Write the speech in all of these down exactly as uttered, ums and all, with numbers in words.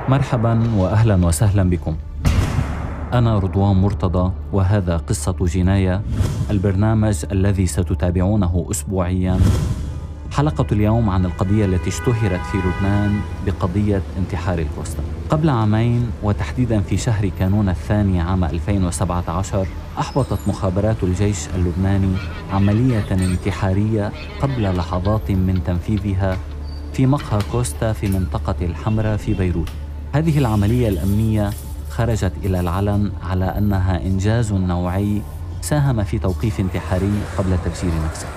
مرحبا وأهلا وسهلا بكم. أنا رضوان مرتضى وهذا قصة جناية، البرنامج الذي ستتابعونه أسبوعيا. حلقة اليوم عن القضية التي اشتهرت في لبنان بقضية انتحار الكوستا. قبل عامين وتحديدا في شهر كانون الثاني عام ألفين وسبعة عشر أحبطت مخابرات الجيش اللبناني عملية انتحارية قبل لحظات من تنفيذها في مقهى كوستا في منطقة الحمراء في بيروت. هذه العملية الأمنية خرجت إلى العلن على أنها إنجاز نوعي ساهم في توقيف انتحاري قبل تفجير نفسه.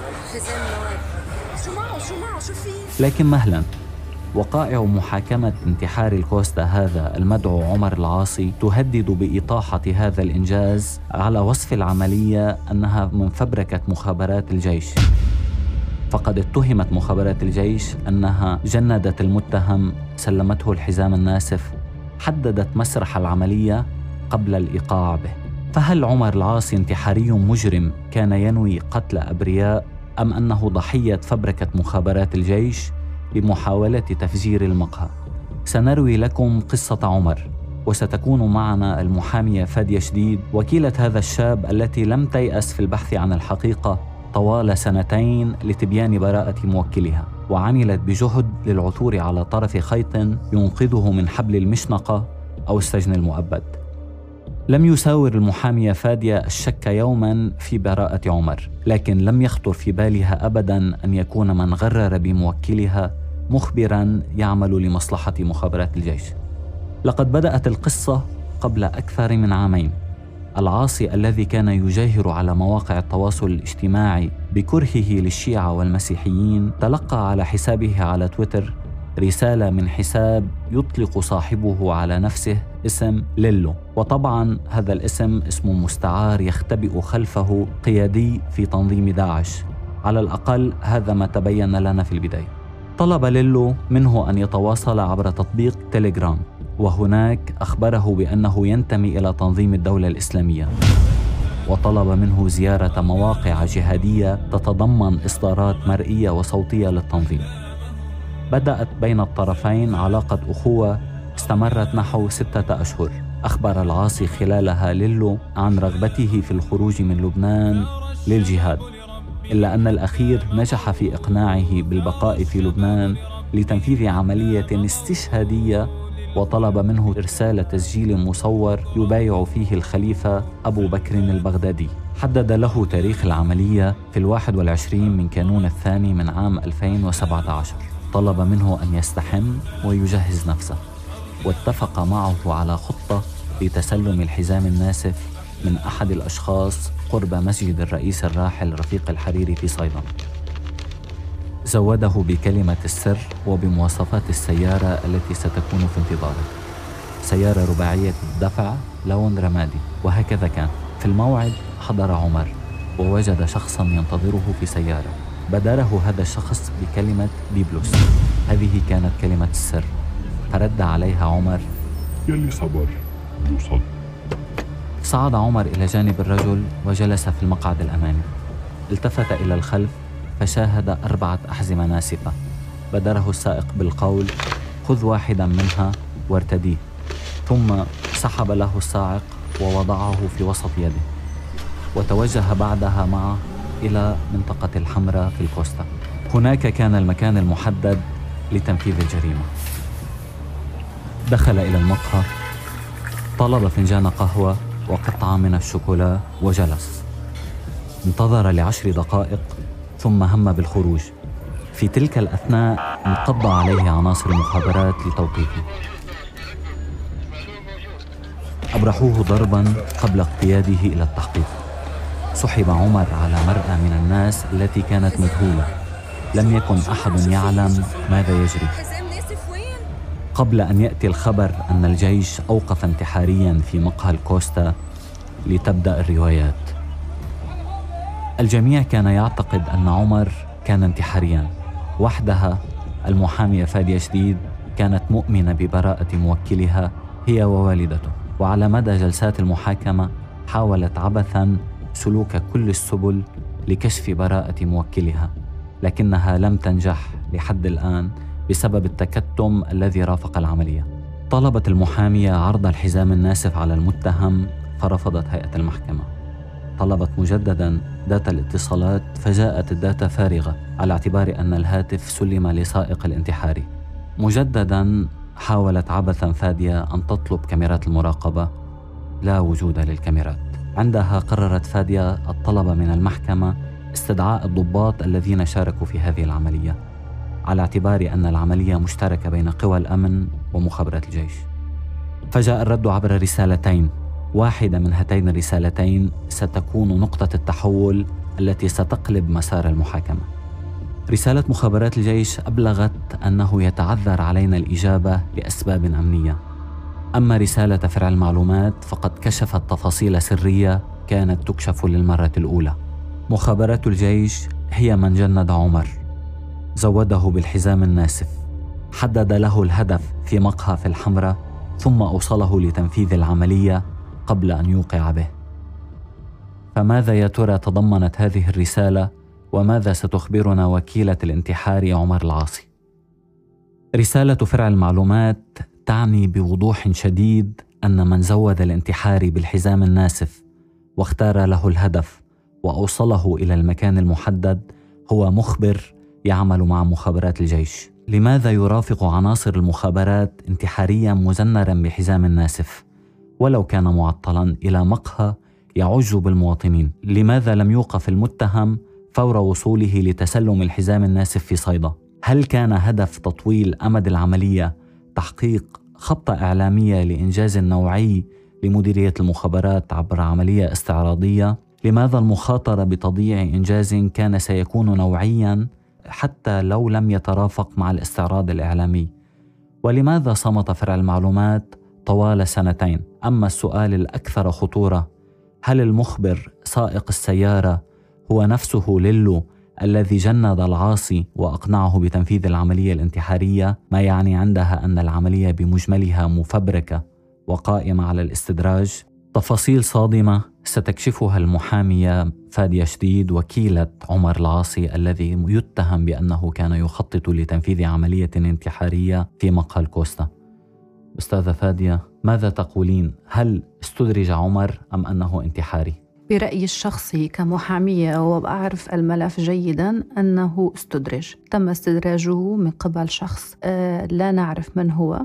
لكن مهلا، وقائع محاكمة انتحار الكوستا هذا المدعو عمر العاصي تهدد بإطاحة هذا الإنجاز على وصف العملية أنها من فبركة مخابرات الجيش. فقد اتهمت مخابرات الجيش أنها جندت المتهم، سلمته الحزام الناسف، حددت مسرح العملية قبل الإيقاع به. فهل عمر العاصي انتحاري مجرم كان ينوي قتل أبرياء، أم أنه ضحية فبركة مخابرات الجيش لمحاولة تفجير المقهى؟ سنروي لكم قصة عمر، وستكون معنا المحامية فادية شديد، وكيلة هذا الشاب التي لم تيأس في البحث عن الحقيقة طوال سنتين لتبيان براءة موكلها، وعملت بجهد للعثور على طرف خيط ينقذه من حبل المشنقة أو السجن المؤبد. لم يساور المحامية فادية الشك يوما في براءة عمر، لكن لم يخطر في بالها أبدا أن يكون من غرر بموكلها مخبرا يعمل لمصلحة مخابرات الجيش. لقد بدأت القصة قبل أكثر من عامين. العاصي الذي كان يجاهر على مواقع التواصل الاجتماعي بكرهه للشيعة والمسيحيين تلقى على حسابه على تويتر رسالة من حساب يطلق صاحبه على نفسه اسم ليلو، وطبعا هذا الاسم اسم مستعار يختبئ خلفه قيادي في تنظيم داعش، على الأقل هذا ما تبين لنا في البداية. طلب ليلو منه أن يتواصل عبر تطبيق تيليجرام، وهناك أخبره بأنه ينتمي إلى تنظيم الدولة الإسلامية، وطلب منه زيارة مواقع جهادية تتضمن إصدارات مرئية وصوتية للتنظيم. بدأت بين الطرفين علاقة أخوة استمرت نحو ستة أشهر. أخبر العاصي خلالها ليلو عن رغبته في الخروج من لبنان للجهاد، إلا أن الأخير نجح في إقناعه بالبقاء في لبنان لتنفيذ عملية استشهادية، وطلب منه إرسال تسجيل مصور يبايع فيه الخليفة أبو بكر البغدادي. حدد له تاريخ العملية في الواحد والعشرين من كانون الثاني من عام ألفين وسبعة عشر. طلب منه أن يستحم ويجهز نفسه، واتفق معه على خطة لتسلم الحزام الناسف من أحد الأشخاص قرب مسجد الرئيس الراحل رفيق الحريري في صيدا. زوده بكلمة السر وبمواصفات السيارة التي ستكون في انتظاره. سيارة رباعية الدفع لون رمادي، وهكذا كان. في الموعد حضر عمر ووجد شخصا ينتظره في سيارة. بادره هذا الشخص بكلمة بيبلوس، هذه كانت كلمة السر، فرد عليها عمر: يلي صبر يوصل. صعد عمر إلى جانب الرجل وجلس في المقعد الأمامي. التفت إلى الخلف فشاهد أربعة أحزمة ناسفة. بادره السائق بالقول: خذ واحدا منها وارتديه. ثم سحب له السائق ووضعه في وسط يده، وتوجه بعدها معه إلى منطقة الحمراء في الكوستا. هناك كان المكان المحدد لتنفيذ الجريمة. دخل إلى المقهى، طلب فنجان قهوة وقطعة من الشوكولا وجلس. انتظر لعشر دقائق ثم هم بالخروج. في تلك الأثناء انقض عليه عناصر المخابرات لتوقيفه. أبرحوه ضربا قبل اقتياده إلى التحقيق. سحب عمر على مرأى من الناس التي كانت مذهولة. لم يكن أحد يعلم ماذا يجري. قبل أن يأتي الخبر أن الجيش أوقف انتحاريا في مقهى الكوستا لتبدأ الروايات. الجميع كان يعتقد أن عمر كان انتحاريا. وحدها المحامية فادية شديد كانت مؤمنة ببراءة موكلها هي ووالدته، وعلى مدى جلسات المحاكمة حاولت عبثا سلوك كل السبل لكشف براءة موكلها، لكنها لم تنجح لحد الآن بسبب التكتم الذي رافق العملية. طلبت المحامية عرض الحزام الناسف على المتهم فرفضت هيئة المحكمة. طلبت مجددا داتا الاتصالات فجاءت الداتا فارغة على اعتبار أن الهاتف سلم لسائق الانتحاري. مجددا حاولت عبثا فادية أن تطلب كاميرات المراقبة، لا وجود للكاميرات. عندها قررت فادية الطلب من المحكمة استدعاء الضباط الذين شاركوا في هذه العملية على اعتبار أن العملية مشتركة بين قوى الأمن ومخابرات الجيش. فجاء الرد عبر رسالتين، واحدة من هاتين الرسالتين ستكون نقطة التحول التي ستقلب مسار المحاكمة. رسالة مخابرات الجيش أبلغت أنه يتعذر علينا الإجابة لأسباب أمنية. أما رسالة فرع المعلومات فقد كشفت تفاصيل سرية كانت تكشف للمرة الأولى. مخابرات الجيش هي من جند عمر، زوده بالحزام الناسف، حدد له الهدف في مقهى في الحمراء، ثم أوصله لتنفيذ العملية قبل أن يوقع به. فماذا يا ترى تضمنت هذه الرسالة، وماذا ستخبرنا وكيلة الانتحار عمر العاصي؟ رسالة فرع المعلومات تعني بوضوح شديد أن من زود الانتحاري بالحزام الناسف واختار له الهدف وأوصله إلى المكان المحدد هو مخبر يعمل مع مخابرات الجيش. لماذا يرافق عناصر المخابرات انتحاريا مزنرا بحزام الناسف ولو كان معطلا إلى مقهى يعج بالمواطنين؟ لماذا لم يوقف المتهم فور وصوله لتسلم الحزام الناسف في صيدا؟ هل كان هدف تطويل أمد العملية تحقيق خطة إعلامية لإنجاز نوعي لمديرية المخابرات عبر عملية استعراضية؟ لماذا المخاطرة بتضييع إنجاز كان سيكون نوعيا حتى لو لم يترافق مع الاستعراض الإعلامي؟ ولماذا صمت فرع المعلومات طوال سنتين؟ أما السؤال الأكثر خطورة، هل المخبر سائق السيارة هو نفسه ليلو الذي جند العاصي وأقنعه بتنفيذ العملية الانتحارية، ما يعني عندها أن العملية بمجملها مفبركة وقائمة على الاستدراج؟ تفاصيل صادمة ستكشفها المحامية فادية شديد وكيلة عمر العاصي الذي يتهم بأنه كان يخطط لتنفيذ عملية انتحارية في مقهى الكوستا. أستاذة فادية، ماذا تقولين؟ هل استدرج عمر أم أنه انتحاري؟ برأيي الشخصي كمحامية وبأعرف الملف جيدا أنه استدرج، تم استدراجه من قبل شخص آه لا نعرف من هو،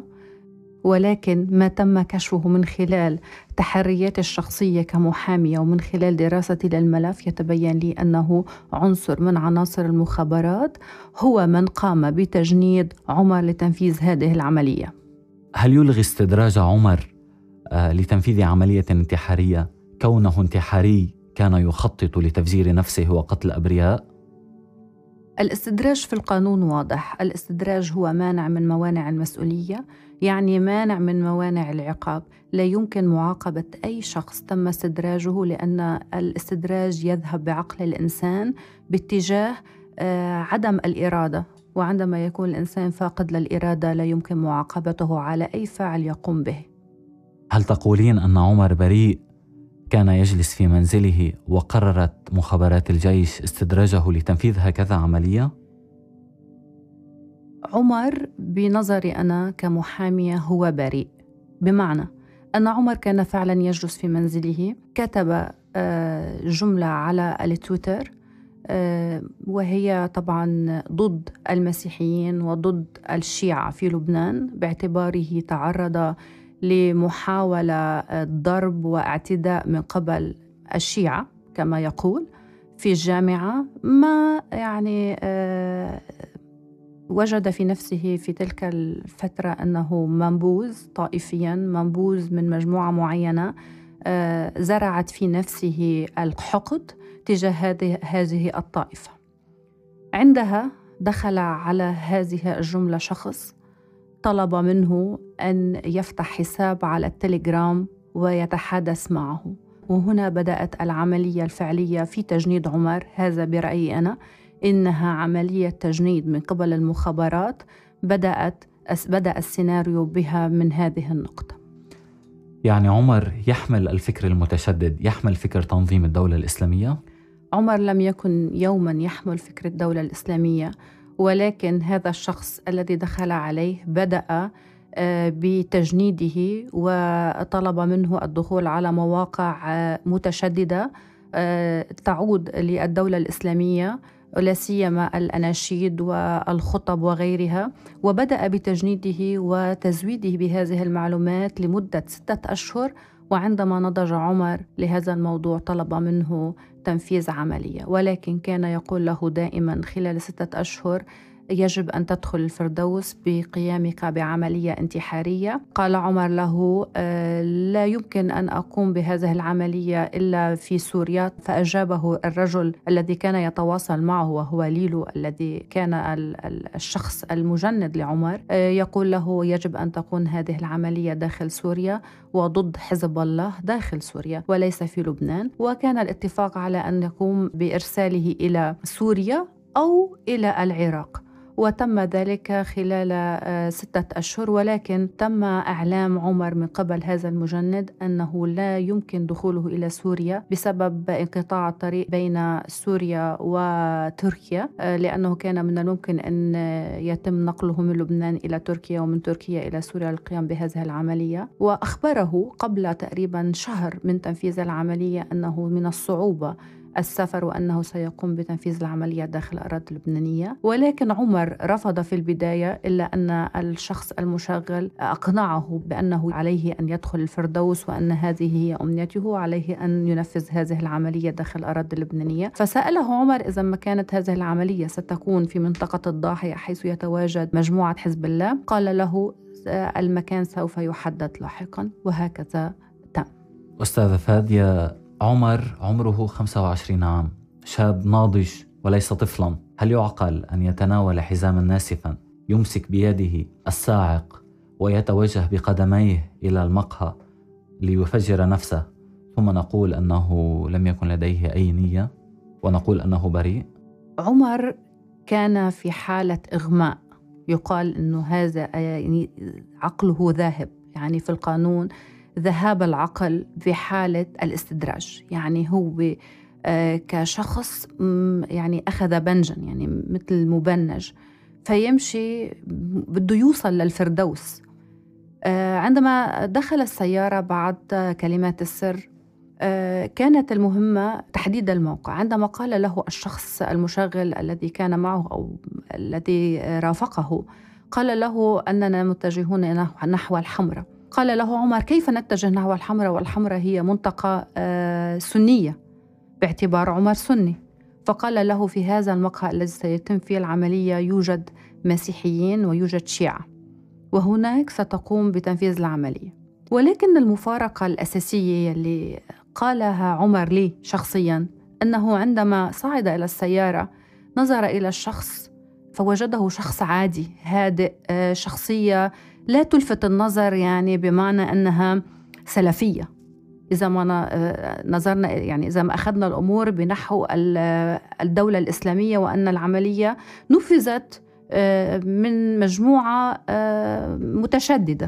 ولكن ما تم كشفه من خلال تحرياتي الشخصية كمحامية ومن خلال دراستي للملف يتبين لي أنه عنصر من عناصر المخابرات هو من قام بتجنيد عمر لتنفيذ هذه العملية. هل يلغي استدراج عمر آه لتنفيذ عملية انتحارية كونه انتحاري كان يخطط لتفجير نفسه وقتل أبرياء؟ الاستدراج في القانون واضح، الاستدراج هو مانع من موانع المسؤولية، يعني مانع من موانع العقاب. لا يمكن معاقبة أي شخص تم استدراجه، لأن الاستدراج يذهب بعقل الإنسان باتجاه عدم الإرادة، وعندما يكون الإنسان فاقد للإرادة لا يمكن معاقبته على أي فعل يقوم به. هل تقولين أن عمر بريء كان يجلس في منزله وقررت مخابرات الجيش استدراجه لتنفيذ هكذا عملية؟ عمر بنظري أنا كمحامية هو بريء، بمعنى أن عمر كان فعلا يجلس في منزله، كتب جملة على التويتر وهي طبعا ضد المسيحيين وضد الشيعة في لبنان، باعتباره تعرض لمحاولة ضرب واعتداء من قبل الشيعة كما يقول في الجامعة، ما يعني وجد في نفسه في تلك الفترة أنه منبوذ طائفيا، منبوذ من مجموعة معينة زرعت في نفسه الحقد تجاه هذه هذه الطائفة. عندها دخل على هذه الجملة شخص طلب منه أن يفتح حساب على التليجرام ويتحدث معه، وهنا بدأت العملية الفعلية في تجنيد عمر. هذا برأيي أنا إنها عملية تجنيد من قبل المخابرات، بدأت بدأ السيناريو بها من هذه النقطة. يعني عمر يحمل الفكر المتشدد، يحمل فكر تنظيم الدولة الإسلامية؟ عمر لم يكن يوما يحمل فكر الدولة الإسلامية، ولكن هذا الشخص الذي دخل عليه بدأ بتجنيده وطلب منه الدخول على مواقع متشددة تعود للدولة الإسلامية، لا سيما الأناشيد والخطب وغيرها، وبدأ بتجنيده وتزويده بهذه المعلومات لمدة ستة أشهر. وعندما نضج عمر لهذا الموضوع طلب منه تنفيذ عملية، ولكن كان يقول له دائما خلال ستة أشهر يجب أن تدخل الفردوس بقيامك بعملية انتحارية. قال عمر له لا يمكن أن أقوم بهذه العملية إلا في سوريا. فأجابه الرجل الذي كان يتواصل معه وهو ليلو الذي كان الشخص المجند لعمر، يقول له يجب أن تكون هذه العملية داخل سوريا وضد حزب الله داخل سوريا وليس في لبنان. وكان الاتفاق على أن يقوم بإرساله إلى سوريا أو إلى العراق، وتم ذلك خلال ستة أشهر. ولكن تم إعلام عمر من قبل هذا المجند أنه لا يمكن دخوله إلى سوريا بسبب انقطاع الطريق بين سوريا وتركيا، لأنه كان من الممكن أن يتم نقله من لبنان إلى تركيا ومن تركيا إلى سوريا للقيام بهذه العملية. وأخبره قبل تقريبا شهر من تنفيذ العملية أنه من الصعوبة السفر وأنه سيقوم بتنفيذ العملية داخل الأراضي اللبنانية. ولكن عمر رفض في البداية، إلا أن الشخص المشغل أقنعه بأنه عليه أن يدخل الفردوس وأن هذه هي أمنيته وعليه أن ينفذ هذه العملية داخل الأراضي اللبنانية. فسأله عمر إذا ما كانت هذه العملية ستكون في منطقة الضاحية حيث يتواجد مجموعة حزب الله، قال له المكان سوف يحدد لاحقا، وهكذا تم. أستاذة فادية، عمر عمره خمسة وعشرين عام، شاب ناضج وليس طفلا. هل يعقل أن يتناول حزاما ناسفا يمسك بيده الساعق ويتوجه بقدميه إلى المقهى ليفجر نفسه، ثم نقول أنه لم يكن لديه أي نية ونقول أنه بريء؟ عمر كان في حالة إغماء، يقال أنه هذا يعني عقله ذاهب، يعني في القانون ذهاب العقل في حالة الاستدراج، يعني هو كشخص يعني أخذ بنجا، يعني مثل مبنج، فيمشي بده يوصل للفردوس. عندما دخل السيارة بعد كلمات السر كانت المهمة تحديد الموقع. عندما قال له الشخص المشغل الذي كان معه أو الذي رافقه، قال له أننا متجهون نحو الحمراء. قال له عمر كيف نتجه نحو الحمراء والحمراء هي منطقة سنية باعتبار عمر سني؟ فقال له في هذا المقهى الذي سيتم فيه العملية يوجد مسيحيين ويوجد شيعة، وهناك ستقوم بتنفيذ العملية. ولكن المفارقة الأساسية اللي قالها عمر لي شخصيا أنه عندما صعد إلى السيارة نظر إلى الشخص فوجده شخص عادي هادئ، شخصية لا تلفت النظر، يعني بمعنى أنها سلفية. إذا ما نظرنا، يعني إذا ما أخذنا الأمور بنحو الدولة الإسلامية وأن العملية نفذت من مجموعة متشددة.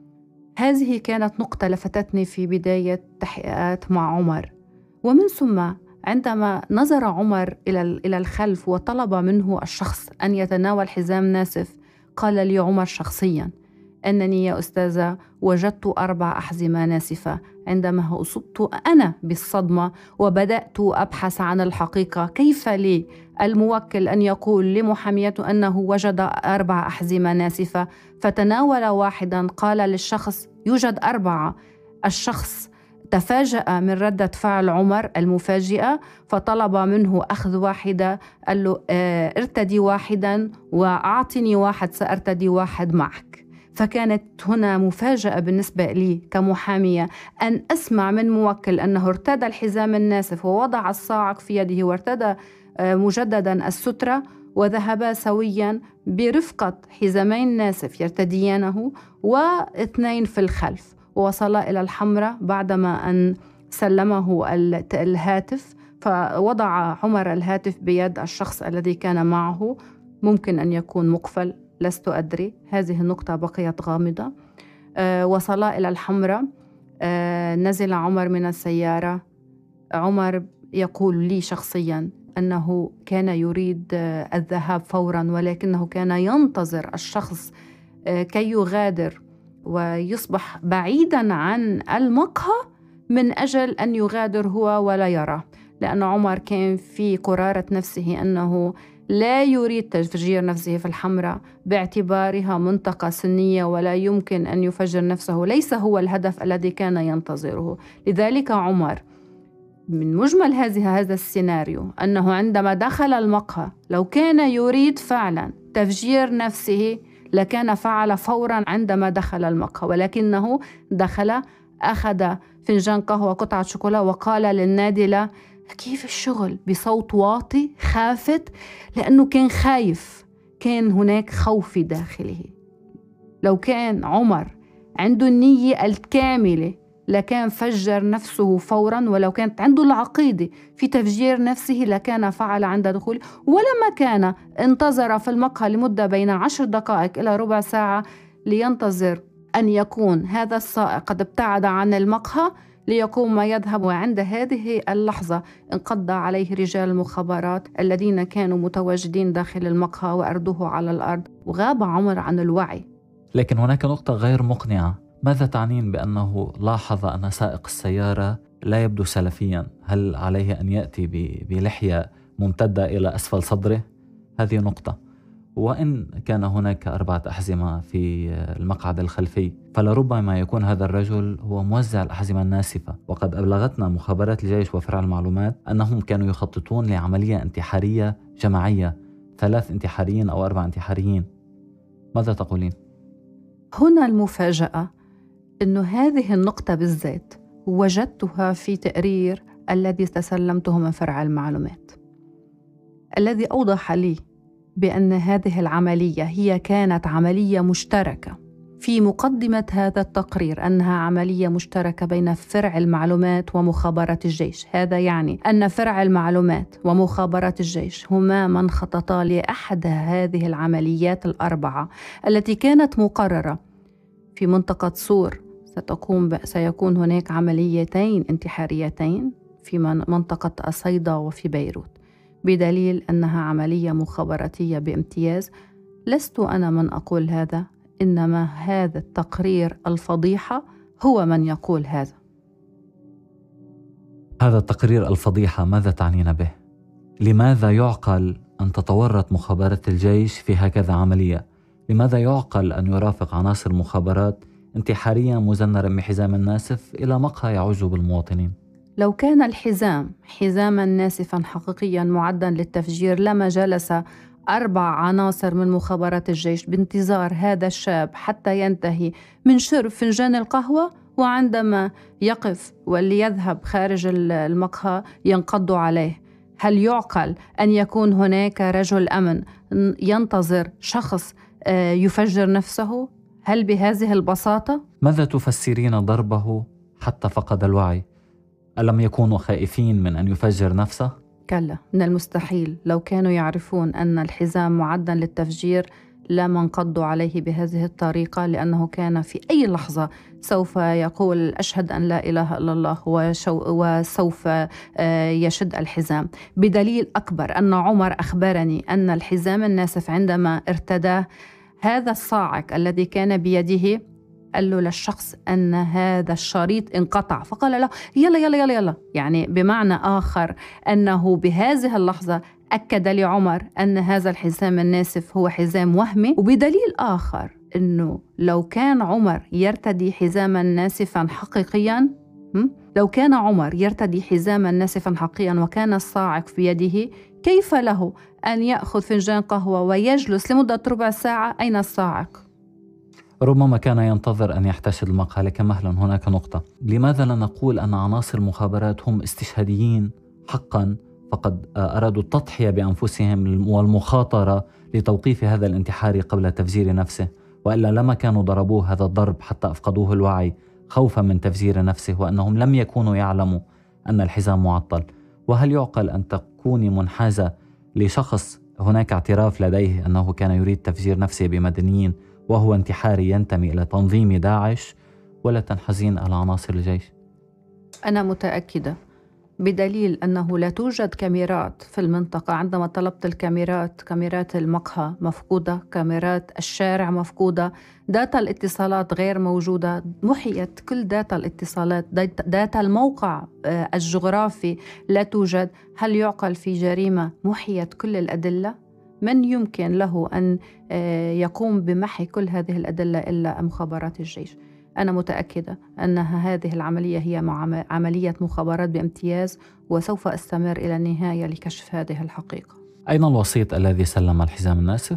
هذه كانت نقطة لفتتني في بداية تحقيقات مع عمر. ومن ثم عندما نظر عمر إلى الخلف وطلب منه الشخص أن يتناول حزام ناسف، قال لي عمر شخصياً أنني يا أستاذة وجدت أربع أحزمة ناسفة. عندما أصبت أنا بالصدمة وبدأت أبحث عن الحقيقة، كيف لي الموكل أن يقول لمحاميته أنه وجد أربع أحزمة ناسفة؟ فتناول واحدا، قال للشخص يوجد أربعة. الشخص تفاجأ من ردة فعل عمر المفاجئة فطلب منه أخذ واحدة، قال له ارتدي واحدا وأعطني واحد سأرتدي واحد معك. فكانت هنا مفاجأة بالنسبة لي كمحامية أن أسمع من موكل أنه ارتدى الحزام الناسف ووضع الصاعق في يده وارتدى مجددا السترة، وذهبا سويا برفقة حزامين ناسف يرتديانه واثنين في الخلف، ووصلا إلى الحمراء بعدما أن سلمه الهاتف. فوضع عمر الهاتف بيد الشخص الذي كان معه، ممكن أن يكون مقفل، لست أدري، هذه النقطة بقيت غامضة. أه وصلا إلى الحمراء. أه نزل عمر من السيارة. عمر يقول لي شخصيا أنه كان يريد الذهاب فورا، ولكنه كان ينتظر الشخص أه كي يغادر ويصبح بعيداً عن المقهى من أجل أن يغادر هو ولا يرى، لأن عمر كان في قرارة نفسه أنه لا يريد تفجير نفسه في الحمراء باعتبارها منطقة سنية ولا يمكن أن يفجر نفسه، ليس هو الهدف الذي كان ينتظره. لذلك عمر من مجمل هذه هذا السيناريو أنه عندما دخل المقهى لو كان يريد فعلا تفجير نفسه لكان فعل فورا عندما دخل المقهى، ولكنه دخل أخذ فنجان قهوة قطعة شوكولا وقال للنادلة كيف الشغل بصوت واطي خافت، لأنه كان خايف، كان هناك خوف في داخله. لو كان عمر عنده النية الكاملة لكان فجر نفسه فورا، ولو كانت عنده العقيدة في تفجير نفسه لكان فعل عند دخوله، ولما كان انتظر في المقهى لمدة بين عشر دقائق إلى ربع ساعة لينتظر أن يكون هذا السائق قد ابتعد عن المقهى ليقوم يذهب. وعند هذه اللحظة انقضى عليه رجال المخابرات الذين كانوا متواجدين داخل المقهى وأردوه على الأرض، وغاب عمر عن الوعي. لكن هناك نقطة غير مقنعة، ماذا تعنين بأنه لاحظ أن سائق السيارة لا يبدو سلفيا؟ هل عليه أن يأتي بلحية ممتدة إلى أسفل صدره؟ هذه نقطة. وإن كان هناك أربعة أحزمة في المقعد الخلفي فلربما يكون هذا الرجل هو موزع الأحزمة الناسفة، وقد أبلغتنا مخابرات الجيش وفرع المعلومات أنهم كانوا يخططون لعملية انتحارية جماعية، ثلاث انتحاريين أو أربع انتحاريين. ماذا تقولين؟ هنا المفاجأة أنه هذه النقطة بالذات وجدتها في تقرير الذي تسلمته من فرع المعلومات، الذي أوضح لي بأن هذه العملية هي كانت عملية مشتركة. في مقدمة هذا التقرير أنها عملية مشتركة بين فرع المعلومات ومخابرات الجيش. هذا يعني أن فرع المعلومات ومخابرات الجيش هما من خططا لأحد هذه العمليات الأربعة التي كانت مقررة في منطقة صور. ستقوم ب... سيكون هناك عمليتين انتحاريتين في منطقة الصيدا وفي بيروت، بدليل أنها عملية مخابراتية بامتياز. لست أنا من أقول هذا، إنما هذا التقرير الفضيحة هو من يقول هذا. هذا التقرير الفضيحة ماذا تعنين به؟ لماذا يعقل أن تتورط مخابرات الجيش في هكذا عملية؟ لماذا يعقل أن يرافق عناصر مخابرات انتحارية مزنرة بحزام ناسف إلى مقهى يعج بالمواطنين؟ لو كان الحزام حزاما ناسفا حقيقيا معدا للتفجير لما جلس أربع عناصر من مخابرات الجيش بانتظار هذا الشاب حتى ينتهي من شرب فنجان القهوة، وعندما يقف وليذهب خارج المقهى ينقضوا عليه. هل يعقل أن يكون هناك رجل أمن ينتظر شخص يفجر نفسه؟ هل بهذه البساطة؟ ماذا تفسرين ضربه حتى فقد الوعي؟ ألم يكونوا خائفين من أن يفجر نفسه؟ كلا، من المستحيل. لو كانوا يعرفون أن الحزام معدا للتفجير لما انقضوا عليه بهذه الطريقة، لأنه كان في أي لحظة سوف يقول أشهد أن لا إله إلا الله وسوف يشد الحزام. بدليل أكبر أن عمر أخبرني أن الحزام الناسف عندما ارتداه هذا الصاعق الذي كان بيده قال له للشخص أن هذا الشريط انقطع، فقال له يلا يلا يلا يلا، يعني بمعنى آخر أنه بهذه اللحظة أكد لعمر أن هذا الحزام الناسف هو حزام وهمي. وبدليل آخر أنه لو كان عمر يرتدي حزاما ناسفا حقيقيا، لو كان عمر يرتدي حزاما ناسفا حقيقيا وكان الصاعق في يده، كيف له أن يأخذ فنجان قهوة ويجلس لمدة ربع ساعة؟ أين الصاعق؟ ربما كان ينتظر أن يحتشد المقهى. لكن مهلا هناك نقطة، لماذا لا نقول أن عناصر المخابرات هم استشهاديين حقا فقد أرادوا التضحية بأنفسهم والمخاطرة لتوقيف هذا الانتحاري قبل تفجير نفسه، وإلا لما كانوا ضربوه هذا الضرب حتى أفقدوه الوعي خوفا من تفجير نفسه، وأنهم لم يكونوا يعلموا أن الحزام معطل. وهل يعقل أن تكوني منحازة لشخص هناك اعتراف لديه أنه كان يريد تفجير نفسه بمدنيين وهو انتحاري ينتمي إلى تنظيم داعش، ولا تنحزين على عناصر الجيش؟ أنا متأكدة بدليل أنه لا توجد كاميرات في المنطقة. عندما طلبت الكاميرات، كاميرات المقهى مفقودة، كاميرات الشارع مفقودة، داتا الاتصالات غير موجودة، محيت كل داتا الاتصالات، داتا الموقع الجغرافي لا توجد. هل يعقل في جريمة محيت كل الأدلة؟ من يمكن له أن يقوم بمحي كل هذه الأدلة إلا مخابرات الجيش؟ أنا متأكدة أنها هذه العملية هي عملية مخابرات بامتياز، وسوف أستمر إلى النهاية لكشف هذه الحقيقة. أين الوسيط الذي سلم الحزام الناسف؟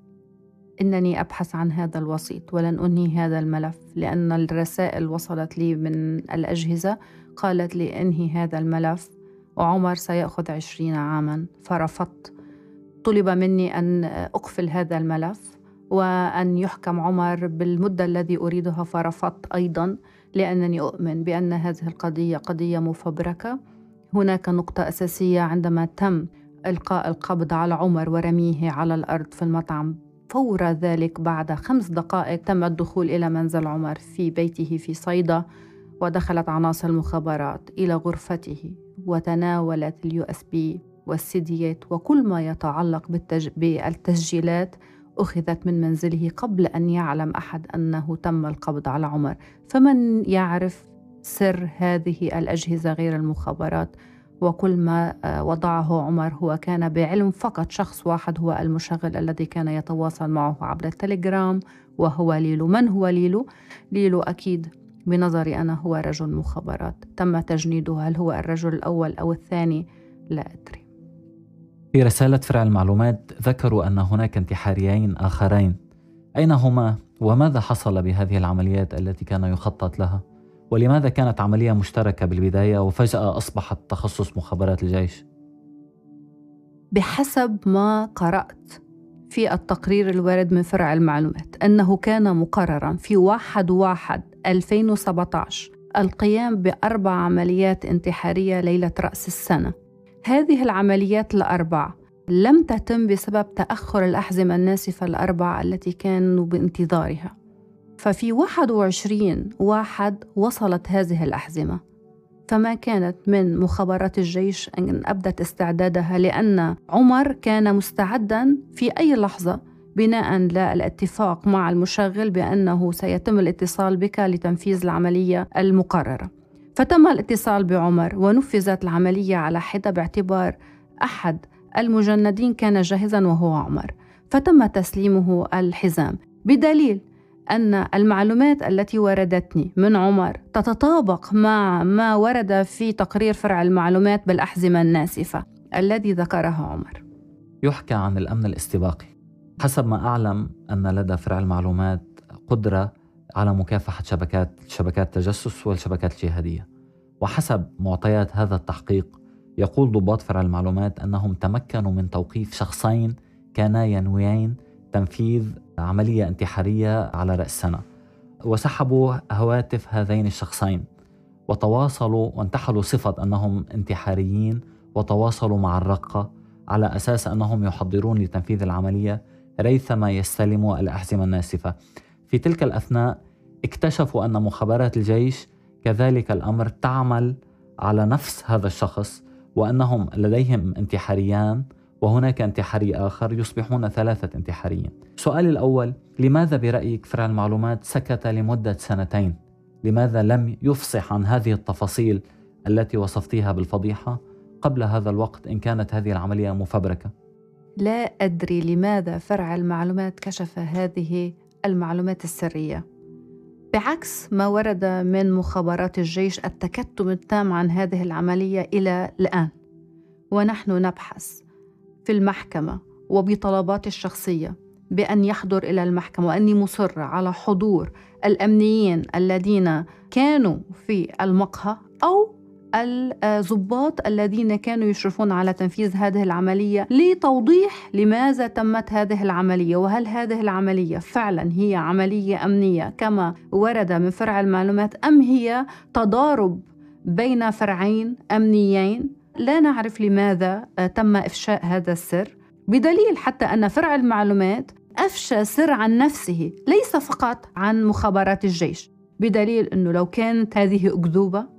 إنني أبحث عن هذا الوسيط ولن أنهي هذا الملف، لأن الرسائل وصلت لي من الأجهزة قالت لي انهي هذا الملف وعمر سيأخذ عشرين عاما، فرفضت. طلب مني أن أقفل هذا الملف وأن يحكم عمر بالمدة الذي أريدها، فرفضت أيضا، لأنني أؤمن بأن هذه القضية قضية مفبركة. هناك نقطة أساسية عندما تم إلقاء القبض على عمر ورميه على الأرض في المطعم، فور ذلك بعد خمس دقائق تم الدخول إلى منزل عمر في بيته في صيدا، ودخلت عناصر المخابرات إلى غرفته وتناولت اليو اس بي والسيديات وكل ما يتعلق بالتج... بالتسجيلات أخذت من منزله قبل أن يعلم أحد أنه تم القبض على عمر. فمن يعرف سر هذه الأجهزة غير المخابرات؟ وكل ما وضعه عمر هو كان بعلم فقط شخص واحد، هو المشغل الذي كان يتواصل معه عبر التليجرام، وهو ليلو. من هو ليلو؟ ليلو أكيد بنظري أنا هو رجل مخابرات تم تجنيده. هل هو الرجل الأول أو الثاني؟ لا أدري. في رسالة فرع المعلومات ذكروا أن هناك انتحاريين آخرين، أين هما؟ وماذا حصل بهذه العمليات التي كان يخطط لها؟ ولماذا كانت عملية مشتركة بالبداية وفجأة أصبحت تخصص مخابرات الجيش؟ بحسب ما قرأت في التقرير الوارد من فرع المعلومات أنه كان مقررا في واحد واحد ألفين وسبعة عشر القيام بأربع عمليات انتحارية ليلة رأس السنة. هذه العمليات الأربع لم تتم بسبب تأخر الأحزمة الناسفة الأربع التي كانوا بانتظارها. ففي واحد وعشرين واحد وصلت هذه الأحزمة، فما كانت من مخابرات الجيش أن أبدت استعدادها، لأن عمر كان مستعدا في أي لحظة بناء للاتفاق مع المشغل بأنه سيتم الاتصال بك لتنفيذ العملية المقررة. فتم الاتصال بعمر ونفذت العملية على حدة باعتبار أحد المجندين كان جاهزا وهو عمر، فتم تسليمه الحزام، بدليل أن المعلومات التي وردتني من عمر تتطابق مع ما ورد في تقرير فرع المعلومات بالأحزمة الناسفة الذي ذكرها عمر. يحكى عن الأمن الاستباقي. حسب ما أعلم أن لدى فرع المعلومات قدرة على مكافحة شبكات شبكات تجسس والشبكات الجهادية، وحسب معطيات هذا التحقيق يقول ضباط فرع المعلومات أنهم تمكنوا من توقيف شخصين كانا ينويين تنفيذ عملية انتحارية على رأس سنة، وسحبوا هواتف هذين الشخصين وتواصلوا وانتحلوا صفة أنهم انتحاريين، وتواصلوا مع الرقة على أساس أنهم يحضرون لتنفيذ العملية ريثما يستلموا الأحزمة الناسفة. في تلك الأثناء اكتشفوا أن مخابرات الجيش كذلك الأمر تعمل على نفس هذا الشخص، وأنهم لديهم انتحاريان وهناك انتحاري آخر، يصبحون ثلاثة انتحاريين. سؤالي الأول، لماذا برأيك فرع المعلومات سكت لمدة سنتين؟ لماذا لم يفصح عن هذه التفاصيل التي وصفتيها بالفضيحة قبل هذا الوقت إن كانت هذه العملية مفبركة؟ لا أدري لماذا فرع المعلومات كشف هذه المعلومات السرية، بعكس ما ورد من مخابرات الجيش التكتم التام عن هذه العملية إلى الآن، ونحن نبحث في المحكمة وبطلبات الشخصية بأن يحضر إلى المحكمة، وأني مصرة على حضور الأمنيين الذين كانوا في المقهى أو الضباط الذين كانوا يشرفون على تنفيذ هذه العملية لتوضيح لماذا تمت هذه العملية، وهل هذه العملية فعلا هي عملية أمنية كما ورد من فرع المعلومات، أم هي تضارب بين فرعين أمنيين. لا نعرف لماذا تم إفشاء هذا السر، بدليل حتى أن فرع المعلومات أفشى سر عن نفسه ليس فقط عن مخابرات الجيش، بدليل أنه لو كانت هذه أكذوبة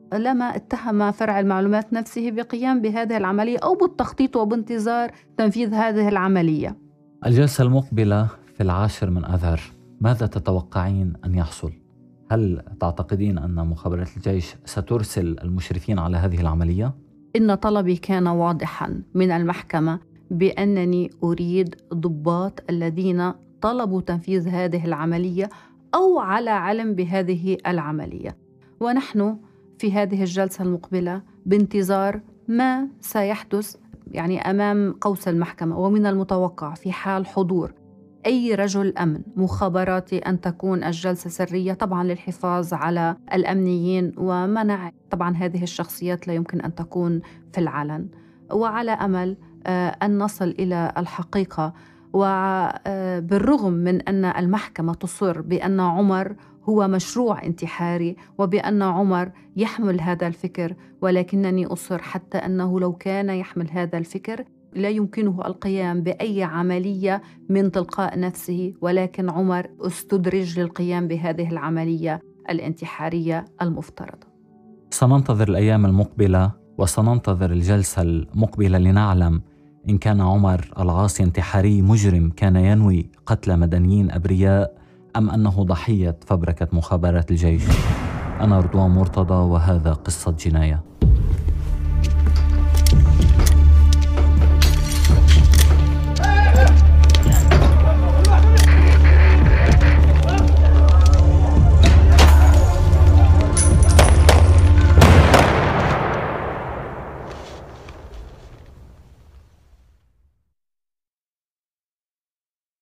لما اتهم فرع المعلومات نفسه بقيام بهذه العملية أو بالتخطيط وبانتظار تنفيذ هذه العملية. الجلسة المقبلة في العاشر من آذار، ماذا تتوقعين أن يحصل؟ هل تعتقدين أن مخابرات الجيش سترسل المشرفين على هذه العملية؟ إن طلبي كان واضحا من المحكمة بأنني أريد ضباط الذين طلبوا تنفيذ هذه العملية أو على علم بهذه العملية، ونحن في هذه الجلسة المقبلة بانتظار ما سيحدث يعني أمام قوس المحكمة. ومن المتوقع في حال حضور أي رجل أمن مخابراتي أن تكون الجلسة سرية، طبعا للحفاظ على الأمنيين ومنع طبعا هذه الشخصيات لا يمكن أن تكون في العلن، وعلى أمل أن نصل إلى الحقيقة. وبالرغم من أن المحكمة تصر بأن عمر هو مشروع انتحاري وبأن عمر يحمل هذا الفكر، ولكنني أصر حتى أنه لو كان يحمل هذا الفكر لا يمكنه القيام بأي عملية من تلقاء نفسه، ولكن عمر استدرج للقيام بهذه العملية الانتحارية المفترضة. سننتظر الأيام المقبلة وسننتظر الجلسة المقبلة لنعلم إن كان عمر العاصي انتحاري مجرم كان ينوي قتل مدنيين أبرياء أم أنه ضحية فبركة مخابرات الجيش. أنا رضوان مرتضى وهذا قصة جناية.